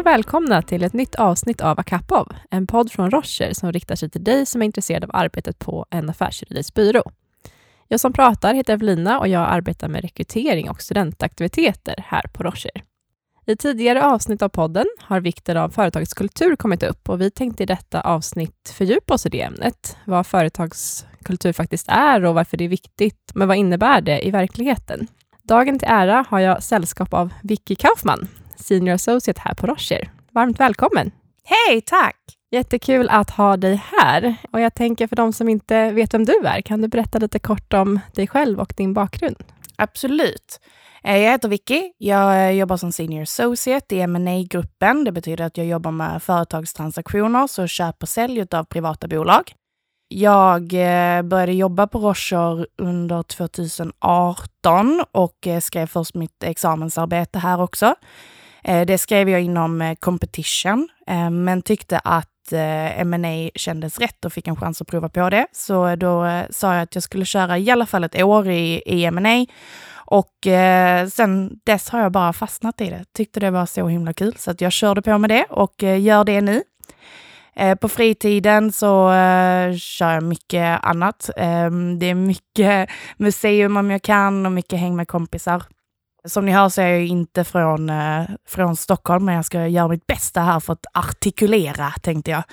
och välkomna till ett nytt avsnitt av Akapov, en podd från Rocher som riktar sig till dig som är intresserad av arbetet på en affärsjuridisk byrå. Jag som pratar heter Evelina och jag arbetar med rekrytering och studentaktiviteter här på Rocher. I tidigare avsnitt av podden har vikten av företagets kultur kommit upp och vi tänkte i detta avsnitt fördjupa oss i det ämnet. Vad företagskultur faktiskt är och varför det är viktigt, men vad innebär det i verkligheten? Dagen till ära har jag sällskap av Vicky Kaufman, Senior Associate här på Rocher. Varmt välkommen! Hej, tack! Jättekul att ha dig här. Och jag tänker för de som inte vet vem du är, kan du berätta lite kort om dig själv och din bakgrund? Absolut. Jag heter Vicky. Jag jobbar som Senior Associate i M&A-gruppen. Det betyder att jag jobbar med företagstransaktioner, så köp och sälj av privata bolag. Jag började jobba på Rocher under 2018 och skrev först mitt examensarbete här också. Det skrev jag inom competition, men tyckte att M&A kändes rätt och fick en chans att prova på det. Så då sa jag att jag skulle köra i alla fall ett år i M&A. Och sen dess har jag bara fastnat i det. Tyckte det var så himla kul så att jag körde på med det och gör det nu. På fritiden så kör jag mycket annat. Det är mycket museum om jag kan och mycket häng med kompisar. Som ni hör så är jag inte från Stockholm, men jag ska göra mitt bästa här för att artikulera, tänkte jag.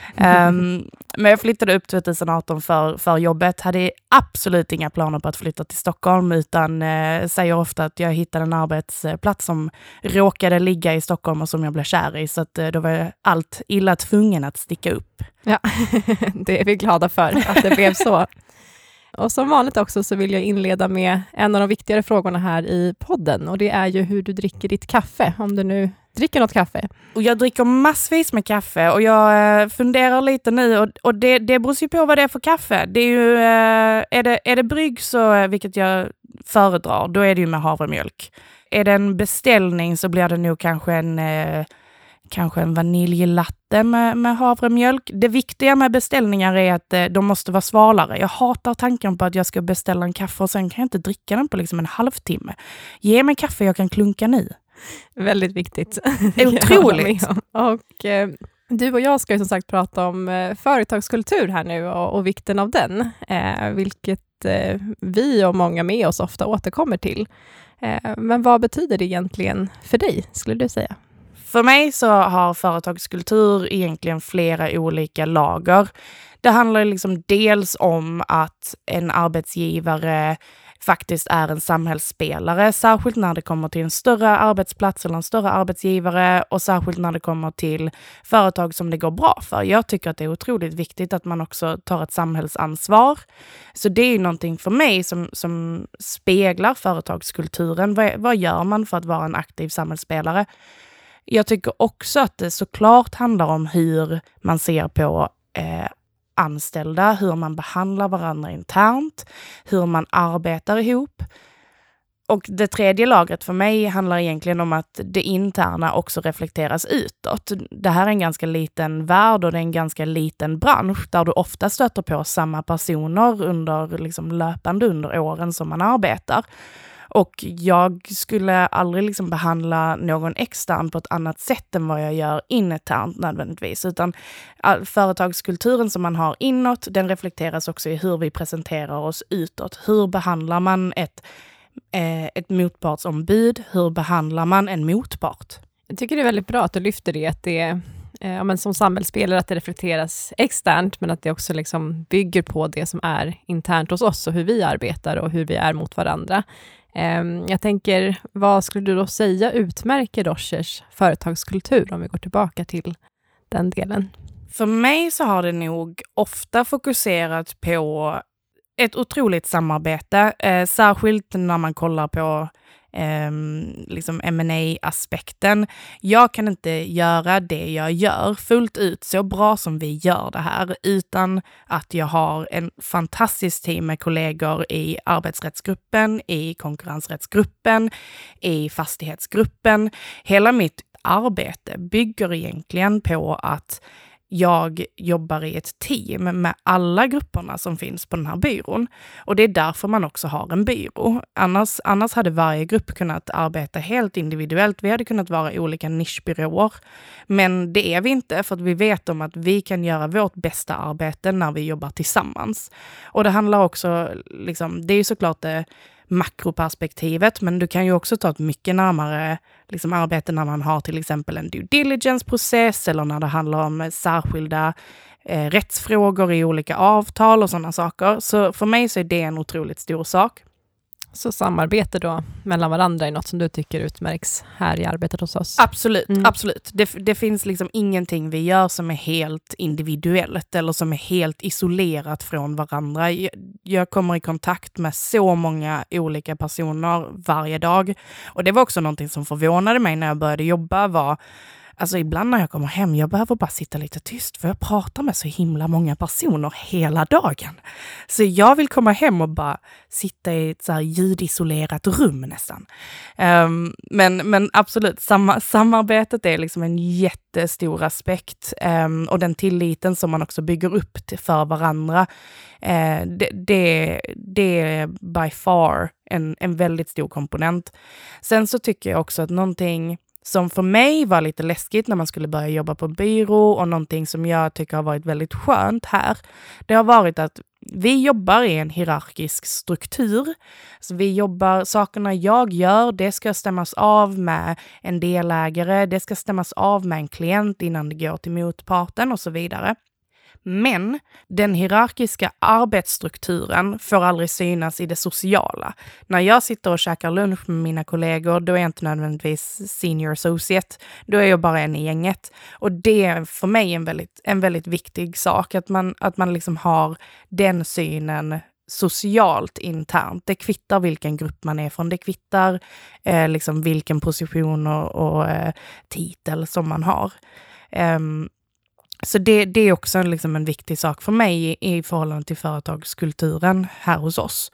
Men jag flyttade upp 2018 för jobbet. Hade absolut inga planer på att flytta till Stockholm, utan säger ofta att jag hittade en arbetsplats som råkade ligga i Stockholm och som jag blev kär i. Så att, då var jag allt illa tvungen att sticka upp. Ja, det är vi glada för att det blev så. Och som vanligt också så vill jag inleda med en av de viktigare frågorna här i podden. Och det är ju hur du dricker ditt kaffe, om du nu dricker något kaffe. Och jag dricker massvis med kaffe och jag funderar lite nu och det beror ju på vad det är för kaffe. Det är ju, är det brygg så, vilket jag föredrar, då är det ju med havremjölk. Är det en beställning så blir det nog kanske en vaniljlatte med havremjölk. Det viktiga med beställningar är att de måste vara svalare. Jag hatar tanken på att jag ska beställa en kaffe och sen kan jag inte dricka den på liksom en halvtimme. Ge mig kaffe jag kan klunka nu. Väldigt viktigt. Otroligt. Och du och jag ska ju som sagt prata om företagskultur här nu och vikten av den. Vilket vi och många med oss ofta återkommer till. Men vad betyder det egentligen för dig, skulle du säga? För mig så har företagskultur egentligen flera olika lager. Det handlar liksom dels om att en arbetsgivare faktiskt är en samhällsspelare, särskilt när det kommer till en större arbetsplats eller en större arbetsgivare och särskilt när det kommer till företag som det går bra för. Jag tycker att det är otroligt viktigt att man också tar ett samhällsansvar. Så det är ju någonting för mig som speglar företagskulturen. Vad gör man för att vara en aktiv samhällsspelare? Jag tycker också att det såklart handlar om hur man ser på anställda, hur man behandlar varandra internt, hur man arbetar ihop. Och det tredje lagret för mig handlar egentligen om att det interna också reflekteras utåt. Det här är en ganska liten värld och det är en ganska liten bransch där du ofta stöter på samma personer löpande under åren som man arbetar. Och jag skulle aldrig behandla någon extern på ett annat sätt än vad jag gör internt nödvändigtvis. Utan företagskulturen som man har inåt, den reflekteras också i hur vi presenterar oss utåt. Hur behandlar man ett motpartsombud? Hur behandlar man en motpart? Jag tycker det är väldigt bra att du lyfter det. Att det är som samhällsspelare att det reflekteras externt, men att det också bygger på det som är internt hos oss och hur vi arbetar och hur vi är mot varandra. Jag tänker, vad skulle du då säga utmärker Rochers företagskultur om vi går tillbaka till den delen? För mig så har det nog ofta fokuserat på ett otroligt samarbete, särskilt när man kollar på M&A-aspekten. Jag kan inte göra det jag gör fullt ut så bra som vi gör det här utan att jag har en fantastisk team med kollegor i arbetsrättsgruppen, i konkurrensrättsgruppen, i fastighetsgruppen. Hela mitt arbete bygger egentligen på att jag jobbar i ett team med alla grupperna som finns på den här byrån. Och det är därför man också har en byrå. Annars hade varje grupp kunnat arbeta helt individuellt. Vi hade kunnat vara olika nischbyråer. Men det är vi inte, för att vi vet om att vi kan göra vårt bästa arbete när vi jobbar tillsammans. Och det handlar också, liksom, det är ju såklart det makroperspektivet, men du kan ju också ta ett mycket närmare liksom, arbete när man har till exempel en due diligence-process eller när det handlar om särskilda rättsfrågor i olika avtal och sådana saker. Så för mig så är det en otroligt stor sak. Så samarbete då mellan varandra är något som du tycker utmärks här i arbetet hos oss? Absolut, absolut. Det finns liksom ingenting vi gör som är helt individuellt eller som är helt isolerat från varandra. Jag kommer i kontakt med så många olika personer varje dag. Och det var också någonting som förvånade mig när jag började jobba alltså ibland när jag kommer hem, jag behöver bara sitta lite tyst för jag pratar med så himla många personer hela dagen. Så jag vill komma hem och bara sitta i ett så här ljudisolerat rum nästan. Men absolut, samarbetet är liksom en jättestor aspekt. Och den tilliten som man också bygger upp för varandra, det är by far en väldigt stor komponent. Sen så tycker jag också att någonting som för mig var lite läskigt när man skulle börja jobba på byrå och någonting som jag tycker har varit väldigt skönt här, det har varit att vi jobbar i en hierarkisk struktur. Så vi jobbar, sakerna jag gör, det ska stämmas av med en delägare, det ska stämmas av med en klient innan det går till motparten och så vidare. Men den hierarkiska arbetsstrukturen får aldrig synas i det sociala. När jag sitter och käkar lunch med mina kollegor, då är jag inte nödvändigtvis senior associate. Då är jag bara en i gänget. Och det är för mig en väldigt viktig sak. Att man liksom har den synen socialt internt. Det kvittar vilken grupp man är från. Det kvittar liksom vilken position och titel som man har. Så det är också liksom en viktig sak för mig i förhållande till företagskulturen här hos oss.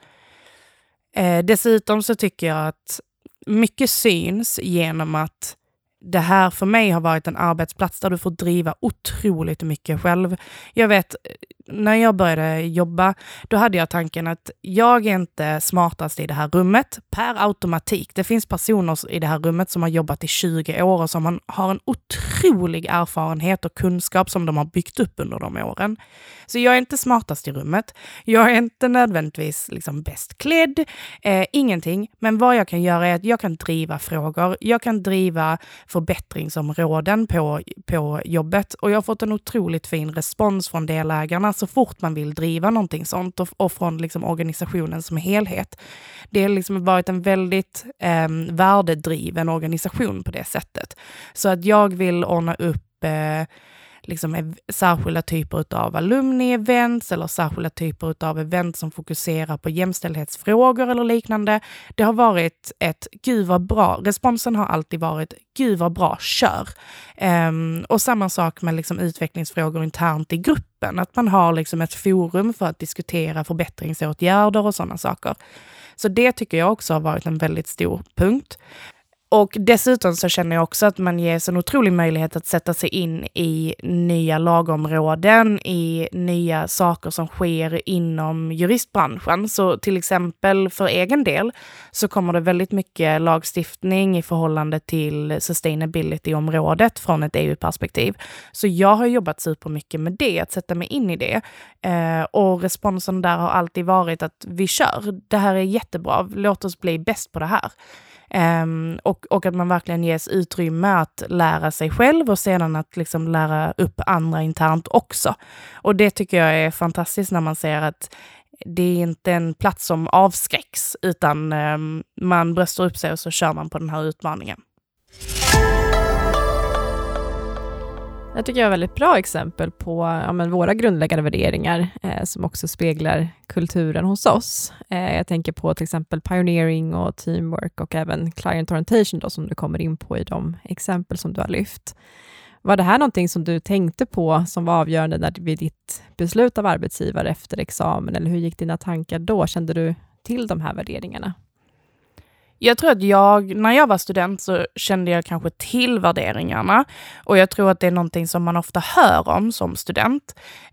Dessutom så tycker jag att mycket syns genom att det här för mig har varit en arbetsplats där du får driva otroligt mycket själv. Jag vet, när jag började jobba, då hade jag tanken att jag är inte smartast i det här rummet per automatik. Det finns personer i det här rummet som har jobbat i 20 år och som har en otrolig erfarenhet och kunskap som de har byggt upp under de åren. Så jag är inte smartast i rummet. Jag är inte nödvändigtvis liksom bäst klädd. Ingenting. Men vad jag kan göra är att jag kan driva frågor. Jag kan driva förbättringsområden på jobbet. Och jag har fått en otroligt fin respons från delägarna så fort man vill driva någonting sånt och från liksom organisationen som helhet. Det har liksom varit en väldigt värdedriven organisation på det sättet. Så att jag vill ordna upp liksom särskilda typer av alumni-events eller särskilda typer av event som fokuserar på jämställdhetsfrågor eller liknande. Det har varit gud vad bra. Responsen har alltid varit gud vad bra, kör. Och samma sak med liksom utvecklingsfrågor internt i gruppen. Att man har liksom ett forum för att diskutera förbättringsåtgärder och sådana saker. Så det tycker jag också har varit en väldigt stor punkt. Och dessutom så känner jag också att man ges en otrolig möjlighet att sätta sig in i nya lagområden, i nya saker som sker inom juristbranschen. Så till exempel för egen del så kommer det väldigt mycket lagstiftning i förhållande till sustainability-området från ett EU-perspektiv. Så jag har jobbat supermycket med det, att sätta mig in i det. Och responsen där har alltid varit att vi kör, det här är jättebra, låt oss bli bäst på det här. Och att man verkligen ges utrymme att lära sig själv och sedan att liksom lära upp andra internt också. Och det tycker jag är fantastiskt när man ser att det är inte en plats som avskräcks utan man bröstar upp sig och så kör man på den här utmaningen. Jag tycker jag är ett väldigt bra exempel på våra grundläggande värderingar som också speglar kulturen hos oss. Jag tänker på till exempel pioneering och teamwork och även client orientation då, som du kommer in på i de exempel som du har lyft. Var det här någonting som du tänkte på som var avgörande vid ditt beslut av arbetsgivare efter examen? Eller hur gick dina tankar då? Kände du till de här värderingarna? Jag tror att när jag var student så kände jag kanske till värderingarna, och jag tror att det är någonting som man ofta hör om som student.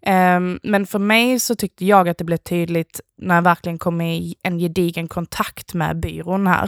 Men för mig så tyckte jag att det blev tydligt när jag verkligen kom i en gedigen kontakt med byrån här.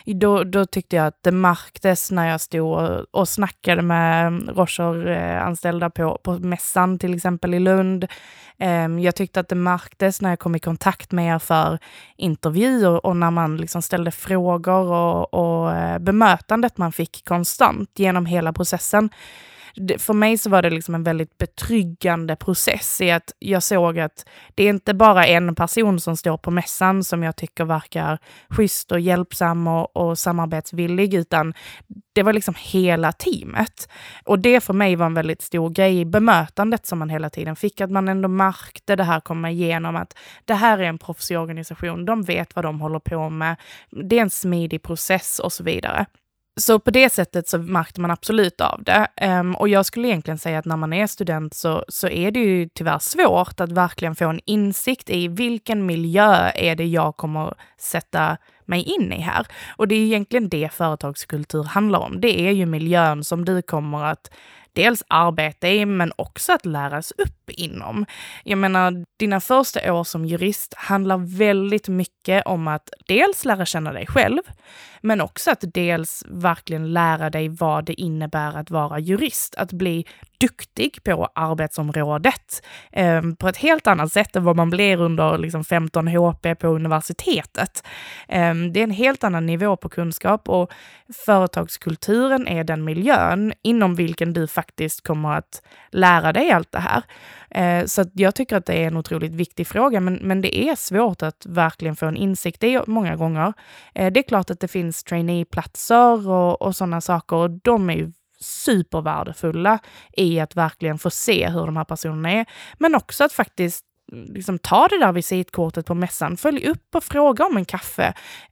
Då tyckte jag att det märktes när jag stod och snackade med Rocher-anställda på mässan till exempel i Lund. Jag tyckte att det märktes när jag kom i kontakt med er för intervjuer och när man liksom ställde frågor och bemötandet man fick konstant genom hela processen. För mig så var det liksom en väldigt betryggande process i att jag såg att det är inte bara en person som står på mässan som jag tycker verkar schysst och hjälpsam och samarbetsvillig, utan det var liksom hela teamet. Och det för mig var en väldigt stor grej i bemötandet som man hela tiden fick, att man ändå märkte det här komma igenom, att det här är en proffsig organisation, de vet vad de håller på med, det är en smidig process och så vidare. Så på det sättet så märkte man absolut av det. Och jag skulle egentligen säga att när man är student så är det ju tyvärr svårt att verkligen få en insikt i vilken miljö är det jag kommer sätta mig in i här. Och det är egentligen det företagskultur handlar om. Det är ju miljön som du kommer att dels arbeta i, men också att läras upp inom. Jag menar, dina första år som jurist handlar väldigt mycket om att dels lära känna dig själv, men också att dels verkligen lära dig vad det innebär att vara jurist. Att bli duktig på arbetsområdet på ett helt annat sätt än vad man blir under liksom 15 HP på universitetet. Det är en helt annan nivå på kunskap, och företagskulturen är den miljön inom vilken du faktiskt kommer att lära dig allt det här. Så att jag tycker att det är en otroligt viktig fråga, men det är svårt att verkligen få en insikt. Det är många gånger. Det är klart att det finns trainee-platser och sådana saker, och de är ju supervärdefulla i att verkligen få se hur de här personerna är, men också att faktiskt liksom ta det där visitkortet på mässan, följ upp och fråga om en kaffe,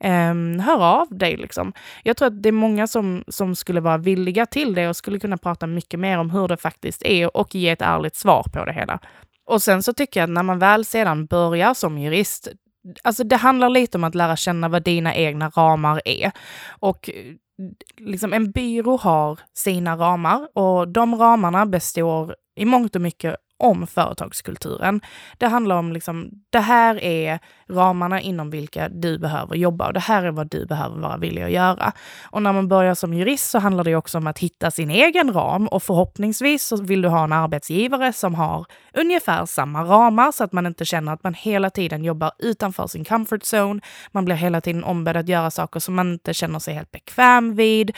hör av dig liksom. Jag tror att det är många som skulle vara villiga till det och skulle kunna prata mycket mer om hur det faktiskt är och ge ett ärligt svar på det hela. Och sen så tycker jag att när man väl sedan börjar som jurist, alltså det handlar lite om att lära känna vad dina egna ramar är, och liksom en byrå har sina ramar, och de ramarna består i mångt och mycket om företagskulturen. Det handlar om liksom, det här är ramarna inom vilka du behöver jobba, och det här är vad du behöver vara villig att göra. Och när man börjar som jurist så handlar det också om att hitta sin egen ram, och förhoppningsvis så vill du ha en arbetsgivare som har ungefär samma ramar, så att man inte känner att man hela tiden jobbar utanför sin comfort zone. Man blir hela tiden ombedd att göra saker som man inte känner sig helt bekväm vid.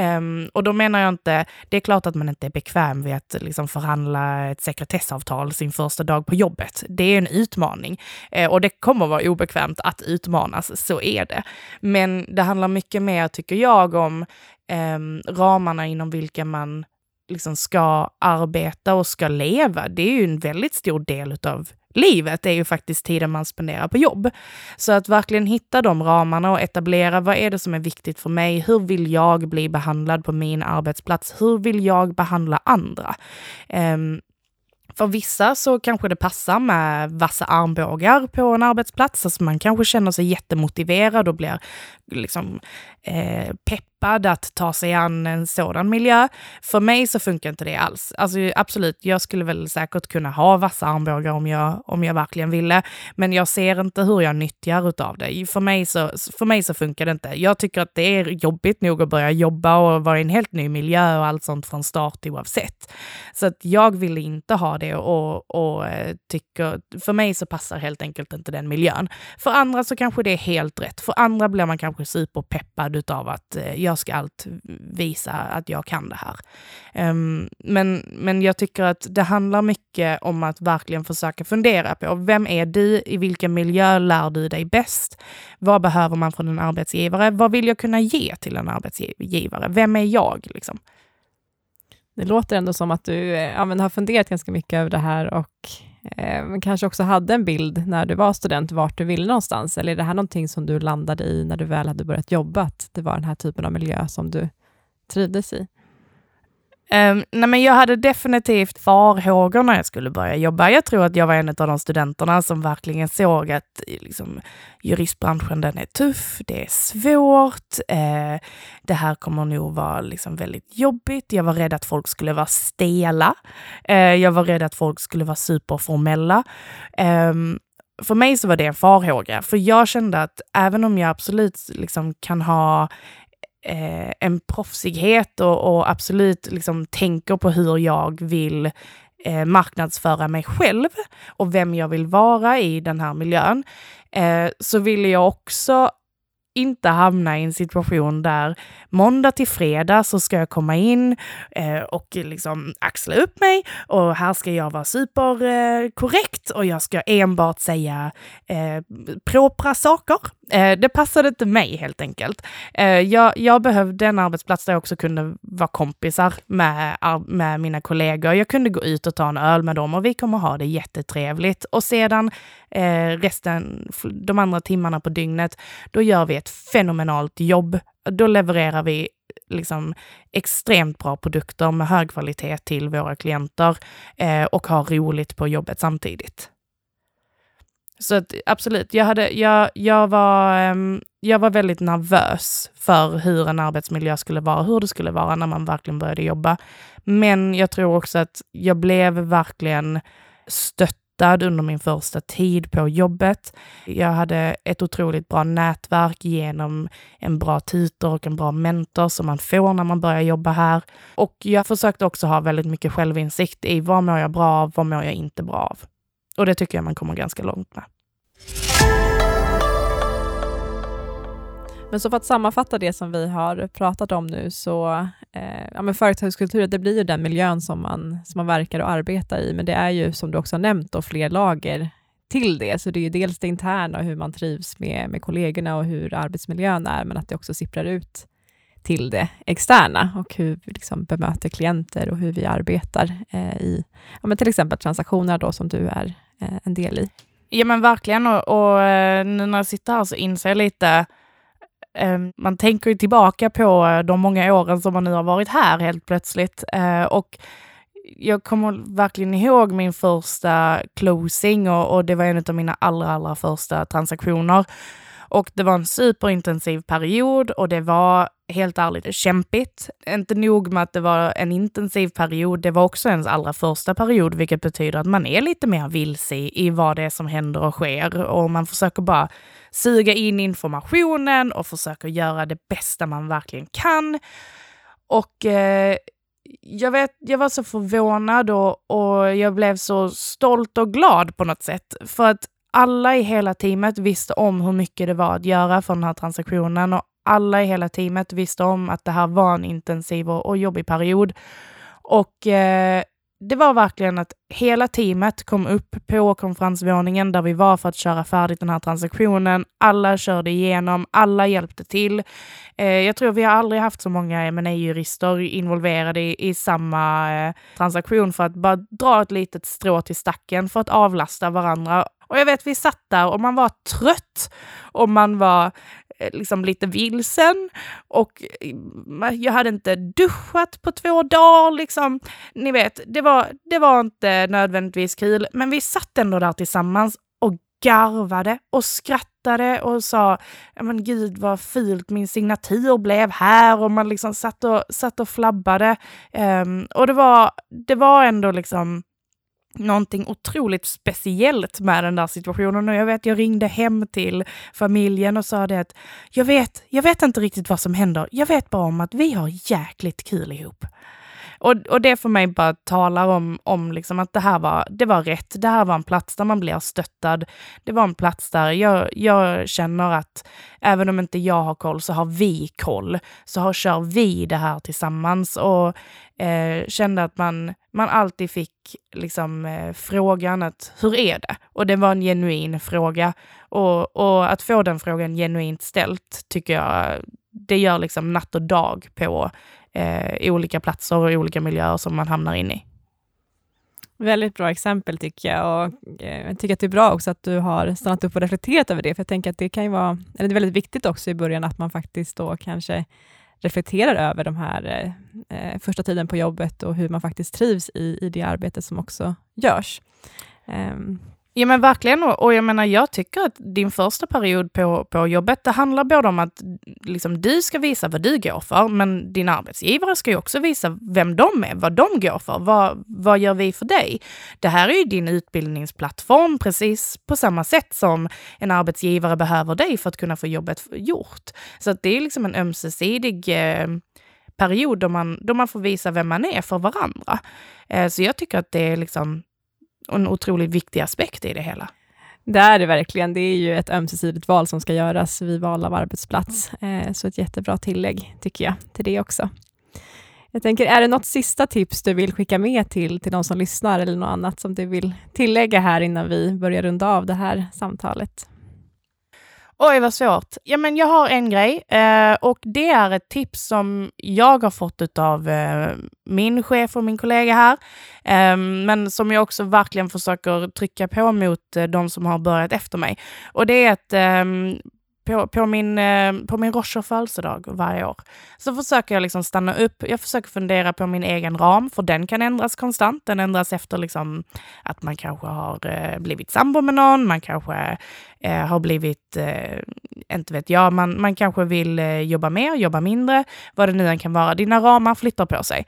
Och då menar jag inte, det är klart att man inte är bekväm vid att liksom förhandla ett sekretessavtal sin första dag på jobbet. Det är en utmaning, och det kommer vara obekvämt att utmanas, så är det. Men det handlar mycket mer, tycker jag, om ramarna inom vilka man liksom ska arbeta och ska leva. Det är ju en väldigt stor del av livet, det är ju faktiskt tiden man spenderar på jobb. Så att verkligen hitta de ramarna och etablera, vad är det som är viktigt för mig? Hur vill jag bli behandlad på min arbetsplats? Hur vill jag behandla andra? För vissa så kanske det passar med vassa armbågar på en arbetsplats. Alltså man kanske känner sig jättemotiverad och blir liksom peppad att ta sig an en sådan miljö. För mig så funkar inte det alls. Alltså absolut, jag skulle väl säkert kunna ha vassa armbågar om jag verkligen ville. Men jag ser inte hur jag nyttjar utav det. För mig så funkar det inte. Jag tycker att det är jobbigt nog att börja jobba och vara i en helt ny miljö och allt sånt från start oavsett. Så att jag ville inte ha det, och tycker, för mig så passar helt enkelt inte den miljön. För andra så kanske det är helt rätt. För andra blir man kanske superpeppad utav att jag ska allt visa att jag kan det här. Men jag tycker att det handlar mycket om att verkligen försöka fundera på, vem är du, i vilken miljö lär du dig bäst? Vad behöver man från en arbetsgivare? Vad vill jag kunna ge till en arbetsgivare? Vem är jag liksom? Det låter ändå som att du har funderat ganska mycket över det här, och kanske också hade en bild när du var student vart du ville någonstans. Eller är det här någonting som du landade i när du väl hade börjat jobba, att det var den här typen av miljö som du trivdes i? Nej, men jag hade definitivt farhågor när jag skulle börja jobba. Jag tror att jag var en av de studenterna som verkligen såg att liksom, juristbranschen, den är tuff, det är svårt, det här kommer nog vara liksom väldigt jobbigt. Jag var rädd att folk skulle vara stela. Jag var rädd att folk skulle vara superformella. För mig så var det en farhåga, för jag kände att även om jag absolut liksom kan ha en proffsighet och absolut liksom tänker på hur jag vill marknadsföra mig själv och vem jag vill vara i den här miljön, så vill jag också inte hamna i en situation där måndag till fredag så ska jag komma in och liksom axla upp mig och här ska jag vara superkorrekt och jag ska enbart säga propra saker. Det passade inte mig helt enkelt. Jag behövde en arbetsplats där jag också kunde vara kompisar med mina kollegor. Jag kunde gå ut och ta en öl med dem och vi kommer ha det jättetrevligt. Och sedan de andra timmarna på dygnet, då gör vi ett fenomenalt jobb. Då levererar vi liksom extremt bra produkter med hög kvalitet till våra klienter och har roligt på jobbet samtidigt. Så att, absolut, jag var väldigt nervös för hur en arbetsmiljö skulle vara, hur det skulle vara när man verkligen började jobba. Men jag tror också att jag blev verkligen stöttad under min första tid på jobbet. Jag hade ett otroligt bra nätverk genom en bra tutor och en bra mentor som man får när man börjar jobba här. Och jag försökte också ha väldigt mycket självinsikt i vad mår jag bra av, vad mår jag inte bra av. Och det tycker jag man kommer ganska långt med. Men så för att sammanfatta det som vi har pratat om nu så men företagskultur, det blir ju den miljön som man verkar och arbetar i, men det är ju som du också har nämnt då, fler lager till det. Så det är ju dels det interna och hur man trivs med kollegorna och hur arbetsmiljön är, men att det också sipprar ut till det externa och hur vi liksom bemöter klienter och hur vi arbetar i men till exempel transaktioner då som du är en del i. Ja men verkligen och nu när jag sitter här så inser jag lite, man tänker ju tillbaka på de många åren som man nu har varit här helt plötsligt och jag kommer verkligen ihåg min första closing och det var en av mina allra första transaktioner. Och det var en superintensiv period och det var helt ärligt kämpigt. Inte nog med att det var en intensiv period, det var också ens allra första period, vilket betyder att man är lite mer vilse i vad det är som händer och sker. Och man försöker bara suga in informationen och försöker göra det bästa man verkligen kan. Och jag var så förvånad och jag blev så stolt och glad på något sätt. För att alla i hela teamet visste om hur mycket det var att göra för den här transaktionen och alla i hela teamet visste om att det här var en intensiv och jobbig period. Och det var verkligen att hela teamet kom upp på konferensvåningen där vi var för att köra färdigt den här transaktionen. Alla körde igenom, alla hjälpte till. Jag tror vi har aldrig haft så många M&A-jurister involverade i samma transaktion för att bara dra ett litet strå till stacken för att avlasta varandra. Och jag vet, vi satt där och man var trött och man var liksom lite vilsen och jag hade inte duschat på 2 dagar liksom. Ni vet, det var inte nödvändigtvis kul, men vi satt ändå där tillsammans och garvade och skrattade och sa, ja men gud vad fult min signatur blev här, och man liksom satt och flabbade och det var ändå liksom någonting otroligt speciellt med den där situationen. Och jag ringde hem till familjen och sa det att jag vet inte riktigt vad som händer. Jag vet bara om att vi har jäkligt kul ihop. Och det för mig bara talar om liksom att det var rätt. Det här var en plats där man blir stöttad. Det var en plats där jag känner att även om inte jag har koll så har vi koll. Så kör vi det här tillsammans och kände att man alltid fick liksom frågan att hur är det? Och det var en genuin fråga. Och att få den frågan genuint ställt tycker jag det gör liksom natt och dag på olika platser och olika miljöer som man hamnar in i. Väldigt bra exempel tycker jag, och jag tycker att det är bra också att du har stannat upp och reflekterat över det, för jag tänker att det kan ju vara, eller det är väldigt viktigt också i början att man faktiskt då kanske reflekterar över de här första tiden på jobbet och hur man faktiskt trivs i det arbete som också görs. Ja men verkligen, och jag menar jag tycker att din första period på jobbet, det handlar både om att liksom, du ska visa vad du går för, men din arbetsgivare ska ju också visa vem de är, vad de går för, vad gör vi för dig? Det här är ju din utbildningsplattform precis på samma sätt som en arbetsgivare behöver dig för att kunna få jobbet gjort. Så att det är liksom en ömsesidig period då man får visa vem man är för varandra. Så jag tycker att det är liksom en otroligt viktig aspekt i det hela. Det är det verkligen. Det är ju ett ömsesidigt val som ska göras vid val av arbetsplats. Så ett jättebra tillägg tycker jag till det också. Jag tänker, är det något sista tips du vill skicka med till de som lyssnar eller något annat som du vill tillägga här innan vi börjar runda av det här samtalet? Oj, vad svårt. Ja, men jag har en grej och det är ett tips som jag har fått av min chef och min kollega här. Men som jag också verkligen försöker trycka på mot de som har börjat efter mig. Och det är att på min Rocher födelsedag varje år så försöker jag liksom stanna upp. Jag försöker fundera på min egen ram, för den kan ändras konstant. Den ändras efter liksom att man kanske har blivit sambo med någon, man kanske har blivit, inte vet jag, man kanske vill jobba mer, jobba mindre, vad det nu än kan vara. Dina ramar flyttar på sig.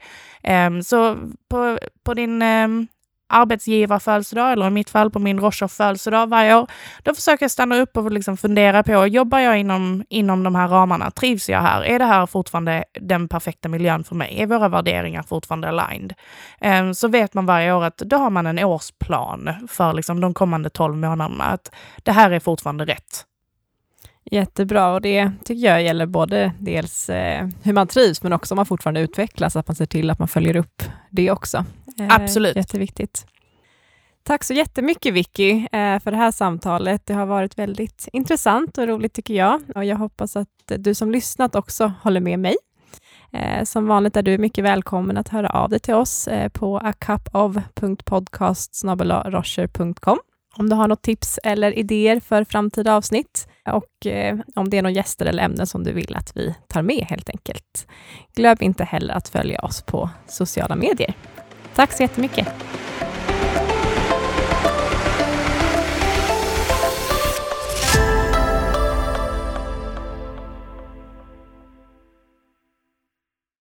Så på din arbetsgivarfödelsedag, eller i mitt fall på min Rocher födelsedag varje år, då försöker jag stanna upp och liksom fundera på, jobbar jag inom de här ramarna? Trivs jag här? Är det här fortfarande den perfekta miljön för mig? Är våra värderingar fortfarande aligned? Så vet man varje år att då har man en årsplan för liksom de kommande 12 månaderna, att det här är fortfarande rätt. Jättebra, och det tycker jag gäller både dels hur man trivs, men också om man fortfarande utvecklas, att man ser till att man följer upp det också. Absolut. Jätteviktigt. Tack så jättemycket Vicky för det här samtalet. Det har varit väldigt intressant och roligt tycker jag. Och jag hoppas att du som lyssnat också håller med mig. Som vanligt är du mycket välkommen att höra av dig till oss på acupof.podcast@rocher.com om du har något tips eller idéer för framtida avsnitt. Och om det är några gäster eller ämnen som du vill att vi tar med helt enkelt. Glöm inte heller att följa oss på sociala medier. Tack så jättemycket!